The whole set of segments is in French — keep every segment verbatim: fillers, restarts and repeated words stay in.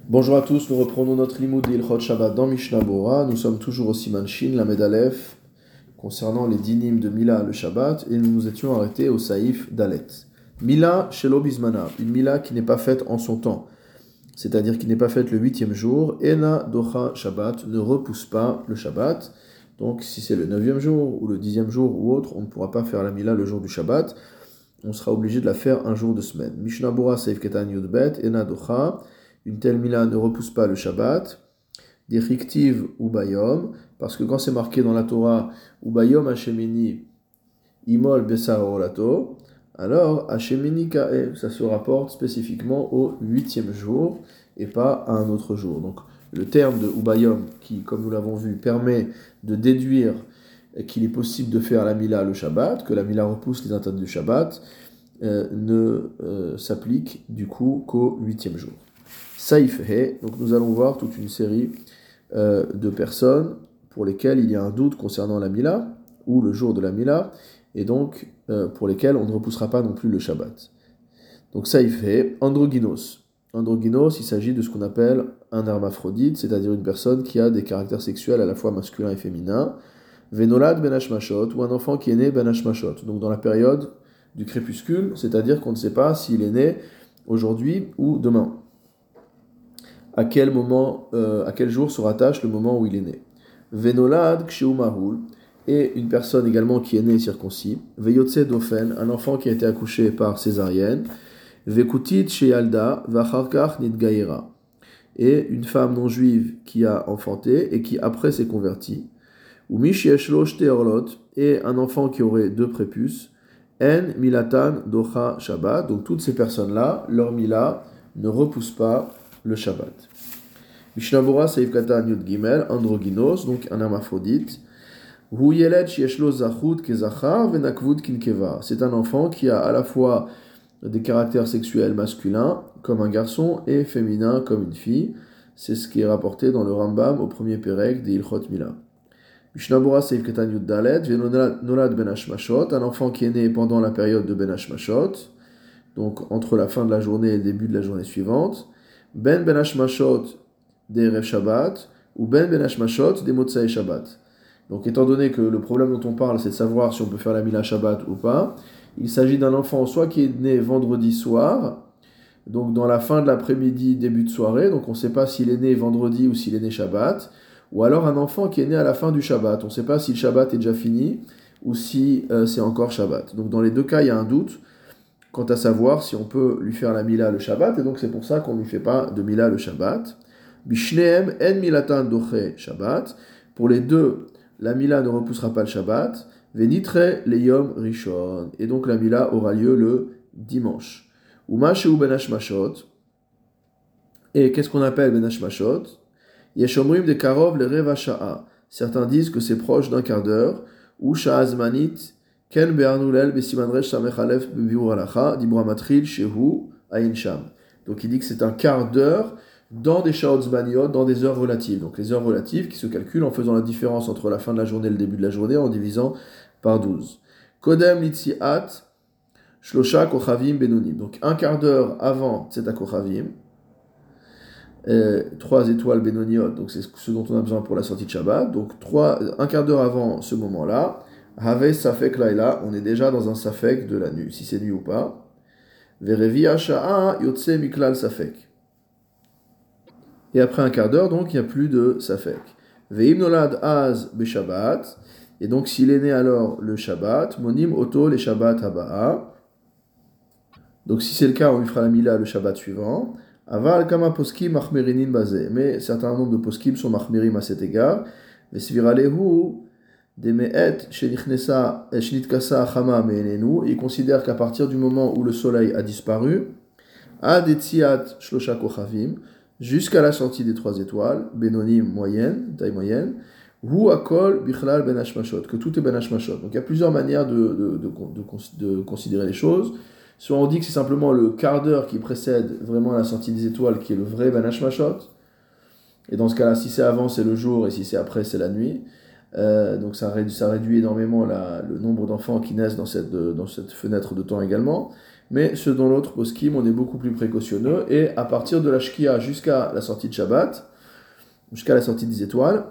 Bonjour à tous, nous reprenons notre limoud d'Ilchot Shabbat dans Mishnah Bora. Nous sommes toujours au Siman Shin, la Medalef, concernant les dynimes de Mila le Shabbat, et nous nous étions arrêtés au Saïf Dalet. Mila Shelo Bizmana, une Mila qui n'est pas faite en son temps, c'est-à-dire qui n'est pas faite le huitième jour. Ena Docha Shabbat, ne repousse pas le Shabbat. Donc si c'est le neuvième jour, ou le dixième jour, ou autre, on ne pourra pas faire la Mila le jour du Shabbat. On sera obligé de la faire un jour de semaine. Mishnah Bora Saïf Ketan Yudbet, Ena Docha. Une telle mila ne repousse pas le Shabbat, des riktiv ou bayom, parce que quand c'est marqué dans la Torah, ou bayom hashemini imol besar olato, alors hashemini kae, ça se rapporte spécifiquement au huitième jour et pas à un autre jour. Donc le terme de ubayom, qui, comme nous l'avons vu, permet de déduire qu'il est possible de faire la mila le Shabbat, que la mila repousse les interdits du Shabbat, euh, ne euh, s'applique du coup qu'au huitième jour. Saïf He, donc nous allons voir toute une série euh, de personnes pour lesquelles il y a un doute concernant la Mila, ou le jour de la Mila, et donc euh, pour lesquelles on ne repoussera pas non plus le Shabbat. Donc Saïf He, androgynos. Androgynos, il s'agit de ce qu'on appelle un hermaphrodite, c'est-à-dire une personne qui a des caractères sexuels à la fois masculins et féminins. Venolad ben hashmashot, ou un enfant qui est né ben hashmashot, donc dans la période du crépuscule, c'est-à-dire qu'on ne sait pas s'il est né aujourd'hui ou demain. À quel moment, euh, à quel jour se rattache le moment où il est né. Venolad kshéu mahul, et une personne également qui est née circoncis. Veyotse dofen, un enfant qui a été accouché par césarienne. Vekutit sheyalda vacharkach nidgaïra, et une femme non juive qui a enfanté et qui après s'est convertie. Ou mishieshlo shte-orlot, et un enfant qui aurait deux prépuces. En milatan docha shabbat, donc toutes ces personnes-là, leur mila ne repousse pas le Shabbat. Mishnah Bora Saïf Katan Yud Gimel, androgynos, donc un hermaphrodite. Hu yeled shieshlo zachut kezachar venakvut kinkeva. C'est un enfant qui a à la fois des caractères sexuels masculins comme un garçon et féminins comme une fille. C'est ce qui est rapporté dans le Rambam au premier Pérec des Ilchot Mila. Mishnah Bora Saïf Katan Yud Dalet, venolad ben hashmashot, un enfant qui est né pendant la période de ben hashmashot, donc entre la fin de la journée et le début de la journée suivante. Ben ben hashmashot des Erev Shabbat ou Ben ben hashmashot des Motsai Shabbat. Donc étant donné que le problème dont on parle c'est de savoir si on peut faire la Mila Shabbat ou pas, il s'agit d'un enfant soit qui est né vendredi soir, donc dans la fin de l'après-midi, début de soirée, donc on ne sait pas s'il est né vendredi ou s'il est né Shabbat, ou alors un enfant qui est né à la fin du Shabbat, on ne sait pas si le Shabbat est déjà fini ou si euh, c'est encore Shabbat. Donc dans les deux cas il y a un doute quant à savoir si on peut lui faire la Mila le Shabbat, et donc c'est pour ça qu'on ne lui fait pas de Mila le Shabbat. Bishneem en milatan doche Shabbat. Pour les deux, la Mila ne repoussera pas le Shabbat. Venitre leyom rishon. Et donc la Mila aura lieu le dimanche. Uma sheu ben hashmashot. Et qu'est-ce qu'on appelle ben hashmashot? Yeshomrim de karov le reva sha'a. Certains disent que c'est proche d'un quart d'heure. Ou sha'azmanit. Ken be'arnulel besimanresh samech alef bebiur halacha dibra matril shehu ayin sham. Donc il dit que c'est un quart d'heure dans des shaot zmaniot, dans des heures relatives. Donc les heures relatives qui se calculent en faisant la différence entre la fin de la journée et le début de la journée en divisant par douze. Kodem litziat shlosha kochavim benonim. Donc un quart d'heure avant tzeta kochavim, euh, trois étoiles benoniot, donc c'est ce dont on a besoin pour la sortie de Shabbat. Donc trois, un quart d'heure avant ce moment-là, Have Safek Laila, on est déjà dans un Safek de la nuit, si c'est nuit ou pas. Verevi Asha'a Yotse Miklal Safek. Et après un quart d'heure, donc, il n'y a plus de Safek. Veim Nolad Az Beshabbat. Et donc, s'il est né alors le Shabbat, Monim Oto le Shabbat Haba'a. Donc, si c'est le cas, on lui fera la Mila le Shabbat suivant. Aval Kama Poskim Machmerinin Bazé. Mais certains nombres de Poskim sont Machmerim à cet égard. Vesviralehu. Il considère qu'à partir du moment où le soleil a disparu, jusqu'à la sortie des trois étoiles, Benonim moyenne, taille moyenne, ou akol bichlal ben hashmashot, que tout est ben hashmashot. Donc il y a plusieurs manières de, de, de, de, de considérer les choses. Soit on dit que c'est simplement le quart d'heure qui précède vraiment la sortie des étoiles qui est le vrai ben hashmashot. Et dans ce cas-là, si c'est avant, c'est le jour, et si c'est après, c'est la nuit. Euh, donc ça réduit, ça réduit énormément la, le nombre d'enfants qui naissent dans cette, de, dans cette fenêtre de temps également. Mais ce dans l'autre poskim, on est beaucoup plus précautionneux, et à partir de la shkia jusqu'à la sortie de Shabbat, jusqu'à la sortie des étoiles,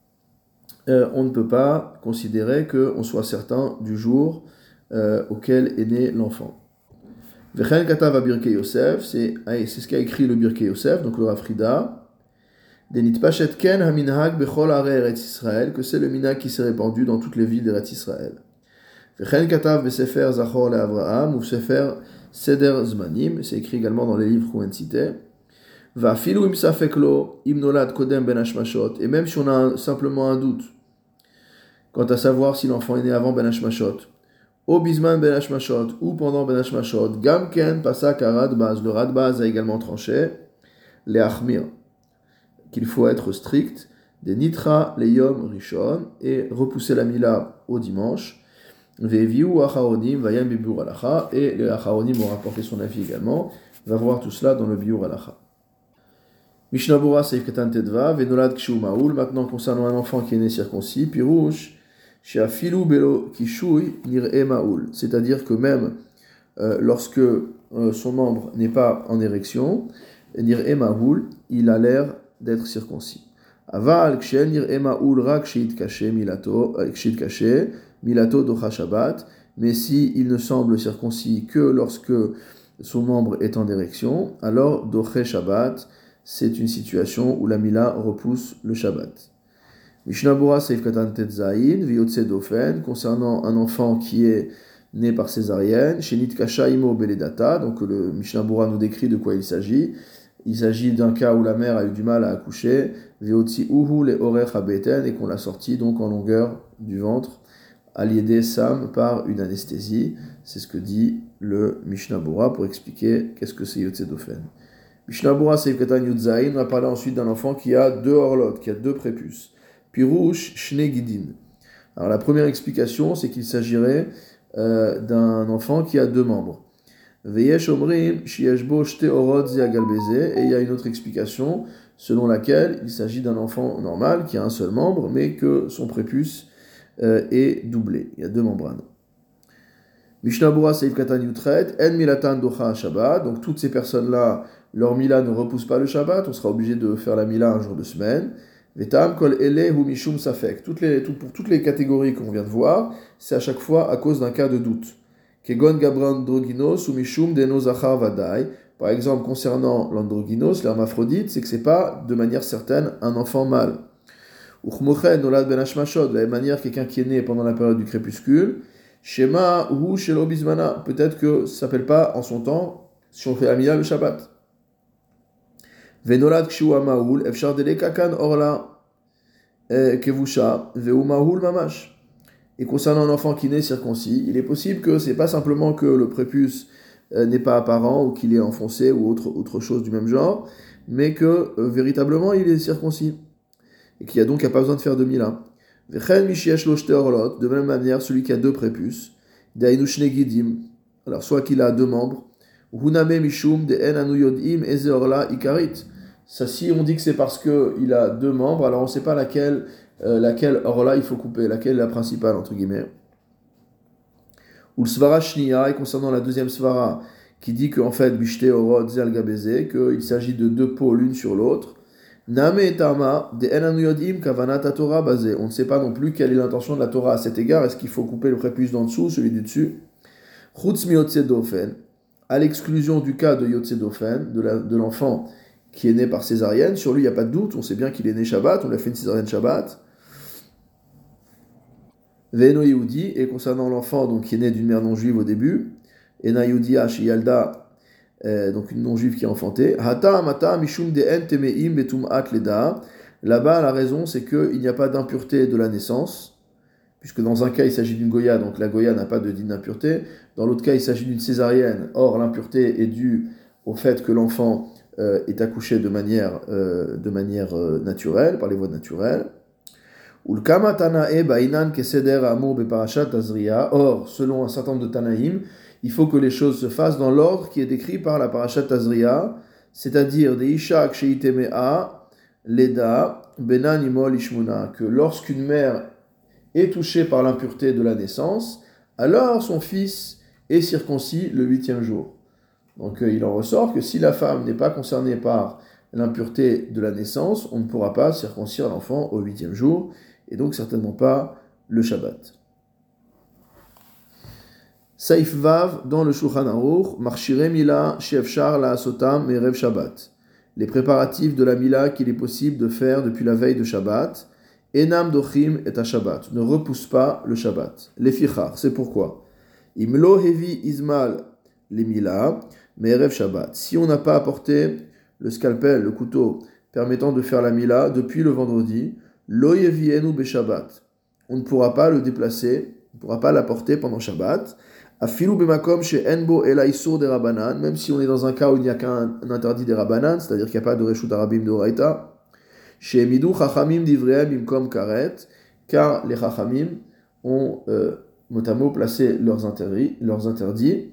euh, on ne peut pas considérer qu'on soit certain du jour euh, auquel est né l'enfant. Vechen katav a Birkei Yosef, c'est ce qu'a écrit le Birkei Yosef, donc le Rafrida, Denit Pachet Ken Haminhag Bechol Are Eretz Israël, que c'est le minhag qui s'est répandu dans toutes les villes d'Eretz Israël. Vechen katav besefer Zachor le Avraham, ou sefer Seder Zmanim, c'est écrit également dans les livres qu'on vient de citer. Va filu im safeklo im nolad kodem ben hashmashot, et même si on a un, simplement un doute quant à savoir si l'enfant est né avant ben hashmashot, au bisman ben hashmashot ou pendant ben hashmashot, gamken pasak a radbaz, le radbaz a également tranché les achmir, qu'il faut être strict, des nitra les yom rishon, et repousser la mila au dimanche, veviu acharonim vayam bibur alacha, et les acharonim ont rapporté son avis également. On va voir tout cela dans le biur alacha. Mishnah Bura Seif Katan Tedva, Venolad Kshu Maoul, maintenant concernant un enfant qui est né circoncis, Pirouche, Shea Filou Belo Kishui Nir'e Maoul, c'est-à-dire que même euh, lorsque euh, son membre n'est pas en érection, Nir'e Maoul, il a l'air d'être circoncis. Aval Kshen Nir'e Maoul Rak Sheit Kaché Milato, Sheit Kaché, Milato Docha Shabbat, mais si il ne semble circoncis que lorsque son membre est en érection, alors Doche Shabbat, c'est une situation où la Mila repousse le Shabbat. Mishnah Bura Seif Katan Tetzaïn, Viyotse Dofen, concernant un enfant qui est né par césarienne, Shenit Kasha Imo Beledata, donc le Mishnah Bura nous décrit de quoi il s'agit. Il s'agit d'un cas où la mère a eu du mal à accoucher, Viyotsi Uhu le Orech Habeten, et qu'on l'a sorti donc en longueur du ventre, à l'aider Sam par une anesthésie. C'est ce que dit le Mishnah Bura pour expliquer qu'est-ce que c'est Yotse Dofen. Mishnah Bura Seif Katan Yudzaïn, on va parler ensuite d'un enfant qui a deux orlotes, qui a deux prépuces. Pirouche Shne Gidin. Alors la première explication, c'est qu'il s'agirait euh, d'un enfant qui a deux membres. Veyesh Omrim Shieshbo Shte Orot Ziagalbeze. Et il y a une autre explication selon laquelle il s'agit d'un enfant normal qui a un seul membre, mais que son prépuce euh, est doublé. Il y a deux membranes. Mishnah Bura Seif Katan Yutret, En Milatan Docha Shabbat. Donc toutes ces personnes-là, leur Mila ne repousse pas le Shabbat, on sera obligé de faire la Mila un jour de semaine. Vetam Kol Ele Hu Mishum Safek. Toutes les, tout, pour toutes les catégories qu'on vient de voir, c'est à chaque fois à cause d'un cas de doute. Kegon Gabran Droginos ou Mishum Deno Zachar Vadai. Par exemple, concernant l'androgynos, l'hermaphrodite, c'est que c'est pas de manière certaine un enfant mâle. Uchmochen Nolad Ben Hashmashot, de la même manière, quelqu'un qui est né pendant la période du crépuscule. Shema Hu Shelo Bismana. Peut-être que ça s'appelle pas en son temps si on fait la Mila le Shabbat. Venolad Kshua Maoul, Efshar Dele Kakan Orla Kevusha, Veu Maoul Mamash. Et concernant un enfant qui naît circoncis, il est possible que c'est pas simplement que le prépuce euh, n'est pas apparent ou qu'il est enfoncé ou autre, autre chose du même genre, mais que euh, véritablement il est circoncis. Et qu'il y a donc a pas besoin de faire de mila. Vechen Mishiesh Loshte Orlot, de même manière, celui qui a deux prépuces, Dainushne Gidim, alors soit qu'il a deux membres, Huname Mishum de En Anu Yodim Eze Orla Ikarit. Ça, si on dit que c'est parce qu'il a deux membres, alors on ne sait pas laquelle, euh, laquelle Orla il faut couper, laquelle est la principale, entre guillemets. Ou le Svara Shniya, et concernant la deuxième Svara, qui dit qu'en fait, Bishte Orot Zal Gabeze, qu'il s'agit de deux peaux l'une sur l'autre. Name et Tama de En Anu Yodim Kavanat Torah basé. On ne sait pas non plus quelle est l'intention de la Torah à cet égard. Est-ce qu'il faut couper le prépuce d'en dessous, celui du dessus? Chutz mi Yotze Dofen, à l'exclusion du cas de Yotze Dofen, de, la, de l'enfant qui est né par césarienne, sur lui il n'y a pas de doute, on sait bien qu'il est né Shabbat, on lui a fait une césarienne Shabbat. Ve'eno Yehudi, et concernant l'enfant donc, qui est né d'une mère non juive au début, Ena Yehudi Ashi Yalda, donc une non juive qui est enfantée, Hata Mata Mishum De'en Temeim Betum At Leda. Là-bas la raison c'est qu'il n'y a pas d'impureté de la naissance, puisque dans un cas il s'agit d'une Goya, donc la Goya n'a pas de digne d'impureté, dans l'autre cas il s'agit d'une césarienne, or l'impureté est due au fait que l'enfant euh, est accouché de manière, euh, de manière euh, naturelle, par les voies naturelles. Or, selon un certain nombre de Tanaïm, il faut que les choses se fassent dans l'ordre qui est décrit par la Parashat Tazria, c'est-à-dire des Ishak Sheitemea, Leda, Benan Imol Ishmuna, que lorsqu'une mère est touché par l'impureté de la naissance, alors son fils est circoncis le huitième jour. Donc euh, il en ressort que si la femme n'est pas concernée par l'impureté de la naissance, on ne pourra pas circoncire l'enfant au huitième jour, et donc certainement pas le Shabbat. Saif Vav dans le Shulchan Aruch, Marshire Mila Shefshar La Sotam Erev Shabbat. Les préparatifs de la Mila qu'il est possible de faire depuis la veille de Shabbat, Enam Dochim et Shabbat, ne repousse pas le Shabbat. Les Fichar, c'est pourquoi. Imlo Hevi Izmal les Mila, mais Erev Shabbat. Si on n'a pas apporté le scalpel, le couteau, permettant de faire la Mila depuis le vendredi, Lo Yevienu Be Shabbat. On ne pourra pas le déplacer, on ne pourra pas l'apporter pendant Shabbat. Afilu bemakom chez Enbo ela isur des Rabanan, même si on est dans un cas où il n'y a qu'un interdit des Rabanan, c'est-à-dire qu'il n'y a pas de Reshut Arabim de Oraita, chez Midou Chachamim d'Ivreem imkom karet, car les Chachamim ont euh, mot à mot placé leurs interdits, leurs interdits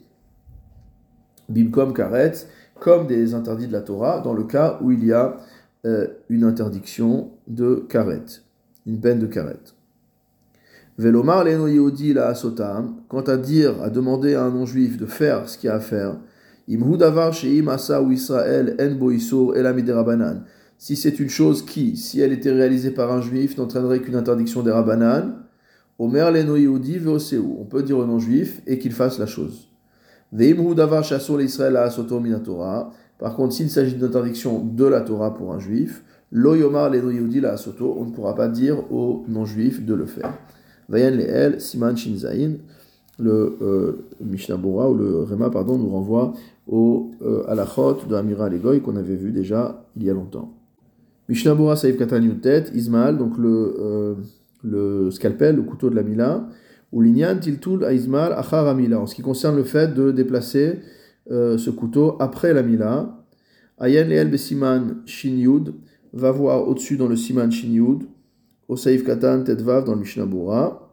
bimkom karet, comme des interdits de la Torah, dans le cas où il y a euh, une interdiction de karet, une peine de karet. Velomar leno yehudi la asotam, quant à dire, à demander à un non-juif de faire ce qu'il y a à faire, imhu davar sheim asa ou Israël en bo isur elami de Rabanan. Si c'est une chose qui, si elle était réalisée par un juif, n'entraînerait qu'une interdiction des Rabanan, omer leno yehudi veoseu, on peut dire au non-juif et qu'il fasse la chose. Veimhu davar shasur l'Israël la asoto min Torah. Par contre, s'il s'agit d'une interdiction de la Torah pour un juif, lo yomar leno yehudi la asoto, on ne pourra pas dire au non-juif de le faire. Vayan Leel, Siman Shinzain, le euh, Mishnah Bora, ou le Rema, pardon, nous renvoie au euh, halachot de Amira Legoy qu'on avait vu déjà il y a longtemps. Mishnah Bora Saïf Katan Yutet, Ismaël, donc le, euh, le scalpel, le couteau de la Mila, ou Linyan Tiltul à Ismaël Achar Amila, en ce qui concerne le fait de déplacer euh, ce couteau après la Mila. Ayan Leel Besiman Shin Yud, va voir au-dessus dans le Siman Shin Yud, au Saïf Katan Tetvav dans le Mishnah Bora,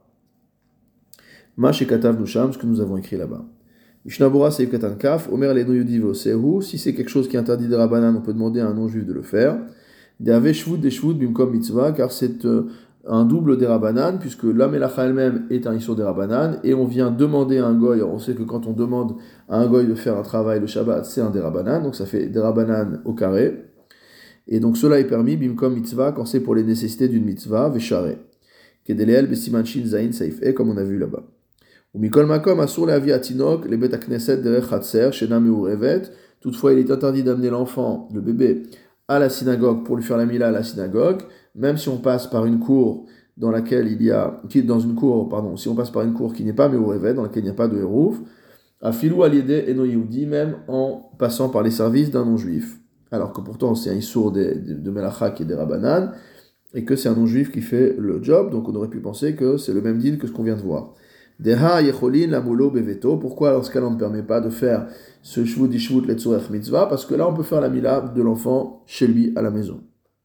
Ma Shekatav Nusham, ce que nous avons écrit là-bas. Mishnah Bora Saïf Katan Kaf, Omer Leno Yudi Veosehu, si c'est quelque chose qui est interdit de Rabbanan, on peut demander à un non-juif de le faire. Deave Shvut de Shvut Bimkom Mitzvah, car c'est euh, un double des Rabbanan, puisque la Melacha elle-même est un issur des Rabbanan, et on vient demander à un goy, alors on sait que quand on demande à un goy de faire un travail le Shabbat, c'est un des Rabbanan, donc ça fait des Rabbanan au carré. Et donc cela est permis, bimkom mitzvah, quand c'est pour les nécessités d'une mitzvah, veshare. Kedeleel besiman shin zain saif e, comme on a vu là-bas. Ou mikol makom asur leavi atinok, les bet akneset derech chatser, shena meurevet. Toutefois, il est interdit d'amener l'enfant, le bébé, à la synagogue pour lui faire la mila à la synagogue, même si on passe par une cour dans laquelle il y a, qui dans une cour, pardon, si on passe par une cour qui n'est pas meurevet, dans laquelle il n'y a pas de hérouf, afilu aliede eno yehudi, même en passant par les services d'un non-juif. Alors que pourtant c'est un issour de, de, de Melacha qui est des Rabbanan, et que c'est un non-juif qui fait le job, donc on aurait pu penser que c'est le même din que ce qu'on vient de voir. Deha yecholin la moulo beveto, pourquoi alors ce cas-là on ne permet pas de faire ce shvut dishvut letzorech mitzvah, parce que là on peut faire la mila de l'enfant chez lui à la maison.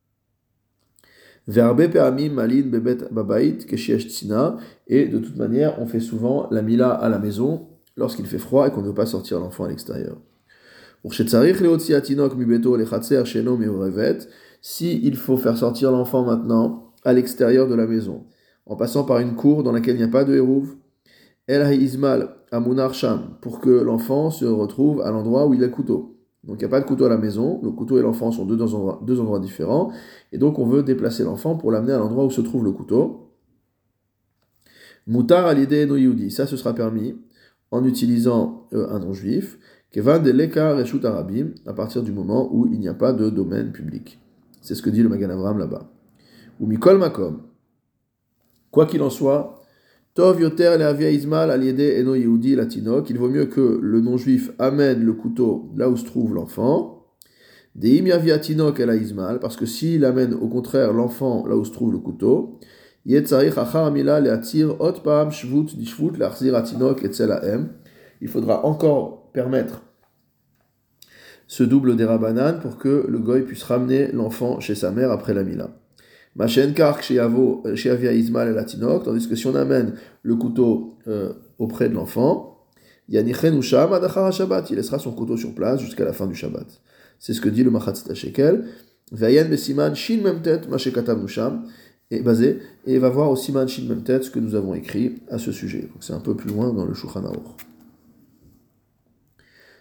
Verbe pe'amim malin bebet babait keshiesh tzina, et de toute manière on fait souvent la mila à la maison lorsqu'il fait froid et qu'on ne veut pas sortir l'enfant à l'extérieur. Si il faut faire sortir l'enfant maintenant à l'extérieur de la maison, en passant par une cour dans laquelle il n'y a pas de hérouv, El Ismal Amunar Sham, pour que l'enfant se retrouve à l'endroit où il a le couteau. Donc il n'y a pas de couteau à la maison, le couteau et l'enfant sont deux endroits, deux endroits différents, et donc on veut déplacer l'enfant pour l'amener à l'endroit où se trouve le couteau. Mutar al-Yedeh no Yehudi, ça ce sera permis en utilisant euh, un non-juif. Kevan de l'Eka Reshut Arabim, à partir du moment où il n'y a pas de domaine public. C'est ce que dit le Magan Avram là-bas. Ou Mikol Makom. Quoi qu'il en soit, Tov Yoter Leavia Ismal Aliede Eno Yehudi Latinok, il vaut mieux que le non-juif amène le couteau là où se trouve l'enfant. Deim Yavia Tinok El Ismal, parce que s'il amène au contraire l'enfant là où se trouve le couteau, Yetzarich Achar Amila Leatir Ot Pam Shvut Dishvut Lachzir Atinok Etzel Aem. Il faudra encore permettre ce double des Rabbanan pour que le goy puisse ramener l'enfant chez sa mère après la Mila. Machen kark chez Avia Ismael et Latinok, tandis que si on amène le couteau euh, auprès de l'enfant, Yanichen Usham Adachar Shabbat, il laissera son couteau sur place jusqu'à la fin du Shabbat. C'est ce que dit le Machatzit HaShekel. Vayan Besiman Shin Memtet Mashekatav Nusham, est basé, et il va voir au Siman Shin Memtet ce que nous avons écrit à ce sujet. Donc c'est un peu plus loin dans le Shulchan Aruch.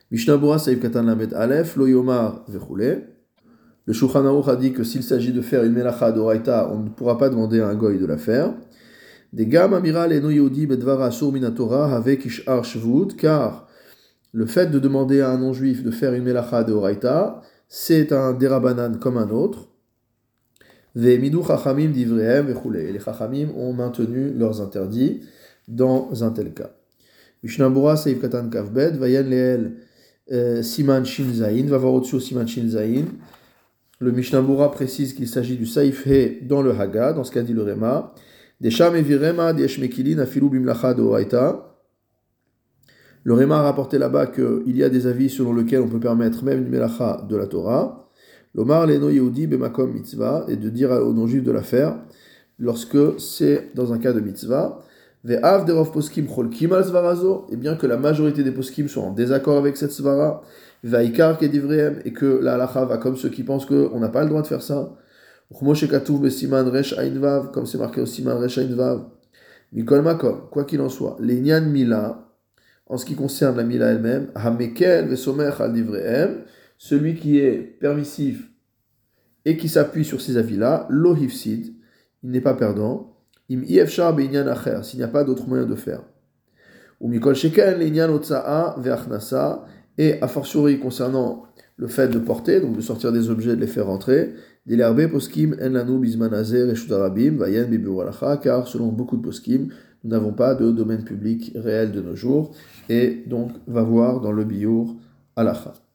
Mishnah Bora Saïf Katan Lamed Aleph, Lo Yomar Vechule. Le Shulchan Aruch a dit que s'il s'agit de faire une melacha d'oraita, on ne pourra pas demander à un goy de la faire. Des gam amiral eno yehudi bedvara sur minatora avec ishar shvut, car le fait de demander à un non-juif de faire une melacha d'oraita, c'est un derabanan comme un autre. Ve midou chachamim divrehem vechule. Et les chachamim ont maintenu leurs interdits dans un tel cas. Mishnah Bora Saïf Katan Kavbed, Vayen Leel Siman Shin Zayin, va voir au-dessus Siman Shin Zayin. Le Mishnah Bora précise qu'il s'agit du Saïf He dans le Haga, dans ce qu'a dit le Réma. Des Sham et Virema, des Eshmekilin, Afilou Bimlacha de Oraita. Le Réma a rapporté là-bas qu'il y a des avis selon lesquels on peut permettre même une Melacha de la Torah. L'Omar Leno Yehudi Bemakom Mitzvah, et de dire aux non-juifs de la faire lorsque c'est dans un cas de Mitzvah. Ve'av derov poskim cholkim al svarazo, et bien que la majorité des poskim soient en désaccord avec cette svara, ve'aikar kedivrehem, et que la halacha va comme ceux qui pensent qu'on n'a pas le droit de faire ça, uchmoshe katuv besiman resh ain vav, comme c'est marqué au siman resh ain vav, mikol makom, quoi qu'il en soit, l'enyan mila, en ce qui concerne la mila elle-même, hamekel ve'somer al divrehem, celui qui est permissif et qui s'appuie sur ces avis-là, lo hifsid, il n'est pas perdant. Im ifshar beinyan acher, s'il n'y a pas d'autre moyen de faire. Ou mikol sheken l'einyan otsa'a ve'achnasa, et a fortiori concernant le fait de porter, donc de sortir des objets, de les faire rentrer, dilerbe poskim en lanu bizman hazer reshut harabim vayen bibur halacha, car selon beaucoup de poskim, nous n'avons pas de domaine public réel de nos jours, et donc va voir dans le biur halacha.